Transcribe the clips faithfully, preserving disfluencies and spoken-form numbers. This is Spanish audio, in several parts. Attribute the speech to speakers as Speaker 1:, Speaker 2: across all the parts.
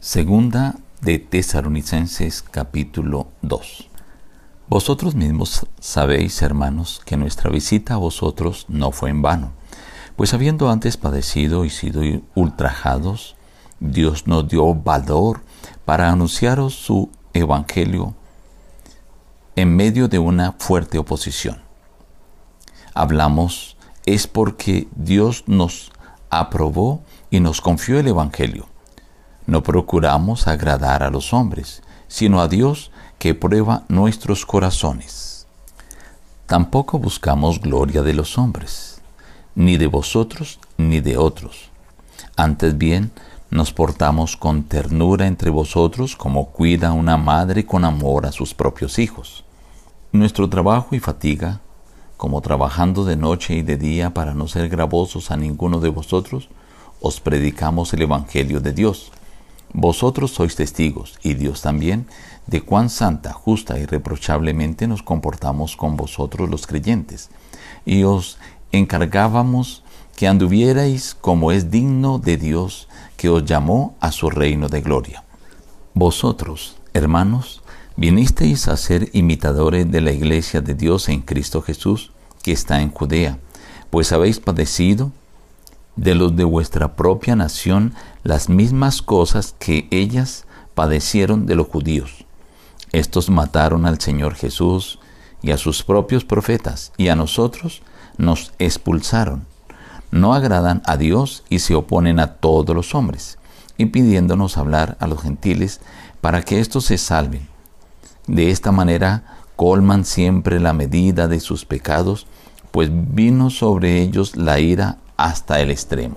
Speaker 1: Segunda de Tesalonicenses capítulo dos. Vosotros mismos sabéis, hermanos, que nuestra visita a vosotros no fue en vano, pues habiendo antes padecido y sido ultrajados, Dios nos dio valor para anunciaros su evangelio en medio de una fuerte oposición. Hablamos es porque Dios nos aprobó y nos confió el evangelio. No procuramos agradar a los hombres, sino a Dios que prueba nuestros corazones. Tampoco buscamos gloria de los hombres, ni de vosotros ni de otros. Antes bien, nos portamos con ternura entre vosotros como cuida una madre con amor a sus propios hijos. Nuestro trabajo y fatiga, como trabajando de noche y de día para no ser gravosos a ninguno de vosotros, os predicamos el evangelio de Dios. Vosotros sois testigos, y Dios también, de cuán santa, justa y irreprochablemente nos comportamos con vosotros los creyentes, y os encargábamos que anduvierais como es digno de Dios, que os llamó a su reino de gloria. Vosotros, hermanos, vinisteis a ser imitadores de la iglesia de Dios en Cristo Jesús, que está en Judea, pues habéis padecido de los de vuestra propia nación las mismas cosas que ellas padecieron de los judíos. Estos mataron al Señor Jesús y a sus propios profetas, y a nosotros nos expulsaron. No agradan a Dios y se oponen a todos los hombres, impidiéndonos hablar a los gentiles para que éstos se salven. De esta manera colman siempre la medida de sus pecados, pues vino sobre ellos la ira hasta el extremo.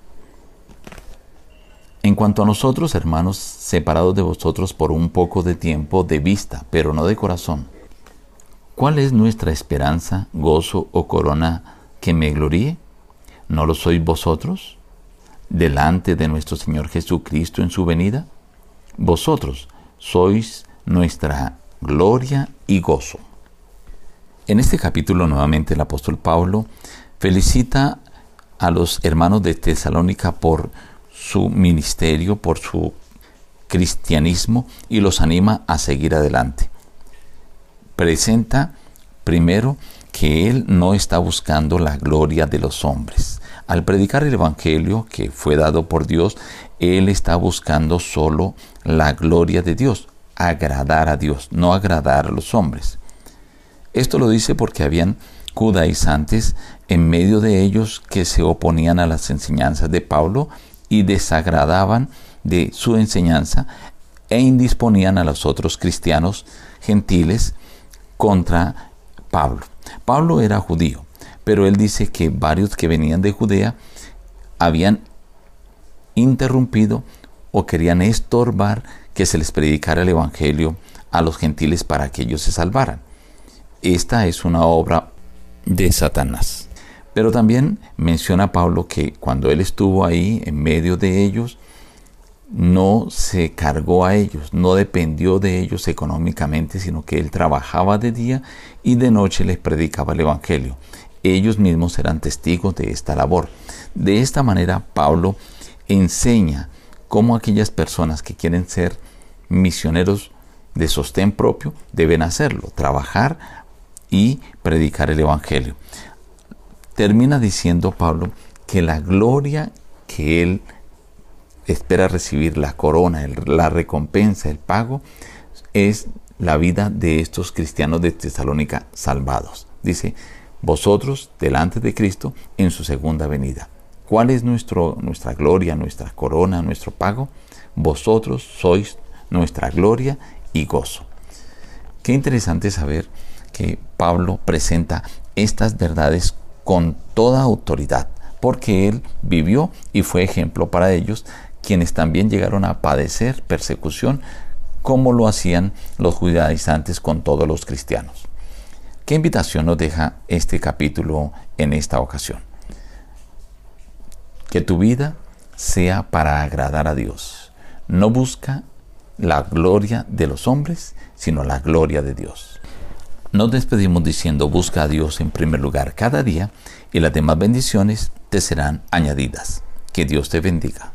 Speaker 1: En cuanto a nosotros, hermanos, separados de vosotros por un poco de tiempo de vista, pero no de corazón, ¿cuál es nuestra esperanza, gozo o corona que me gloríe? ¿No lo sois vosotros, delante de nuestro Señor Jesucristo en su venida? Vosotros sois nuestra gloria y gozo. En este capítulo, nuevamente, el apóstol Pablo felicita a los hermanos de Tesalónica por su ministerio, por su cristianismo, y los anima a seguir adelante. Presenta primero que él no está buscando la gloria de los hombres. Al predicar el evangelio que fue dado por Dios, él está buscando solo la gloria de Dios, agradar a Dios, no agradar a los hombres. Esto lo dice porque habían judaizantes en medio de ellos que se oponían a las enseñanzas de Pablo y desagradaban de su enseñanza e indisponían a los otros cristianos gentiles contra Pablo. Pablo era judío, pero él dice que varios que venían de Judea habían interrumpido o querían estorbar que se les predicara el evangelio a los gentiles para que ellos se salvaran. Esta es una obra de Satanás. Pero también menciona Pablo que cuando él estuvo ahí en medio de ellos, no se cargó a ellos, no dependió de ellos económicamente, sino que él trabajaba de día y de noche les predicaba el evangelio. Ellos mismos eran testigos de esta labor. De esta manera, Pablo enseña cómo aquellas personas que quieren ser misioneros de sostén propio deben hacerlo, trabajar y predicar el evangelio. Termina diciendo Pablo que la gloria que él espera recibir, la corona, el, la recompensa, el pago, es la vida de estos cristianos de Tesalónica salvados. Dice, vosotros delante de Cristo en su segunda venida. ¿Cuál es nuestro, nuestra gloria, nuestra corona, nuestro pago? Vosotros sois nuestra gloria y gozo. Qué interesante saber que Pablo presenta estas verdades con toda autoridad, porque él vivió y fue ejemplo para ellos, quienes también llegaron a padecer persecución, como lo hacían los judaizantes con todos los cristianos. ¿Qué invitación nos deja este capítulo en esta ocasión? Que tu vida sea para agradar a Dios. No busca la gloria de los hombres, sino la gloria de Dios. Nos despedimos diciendo, busca a Dios en primer lugar cada día y las demás bendiciones te serán añadidas. Que Dios te bendiga.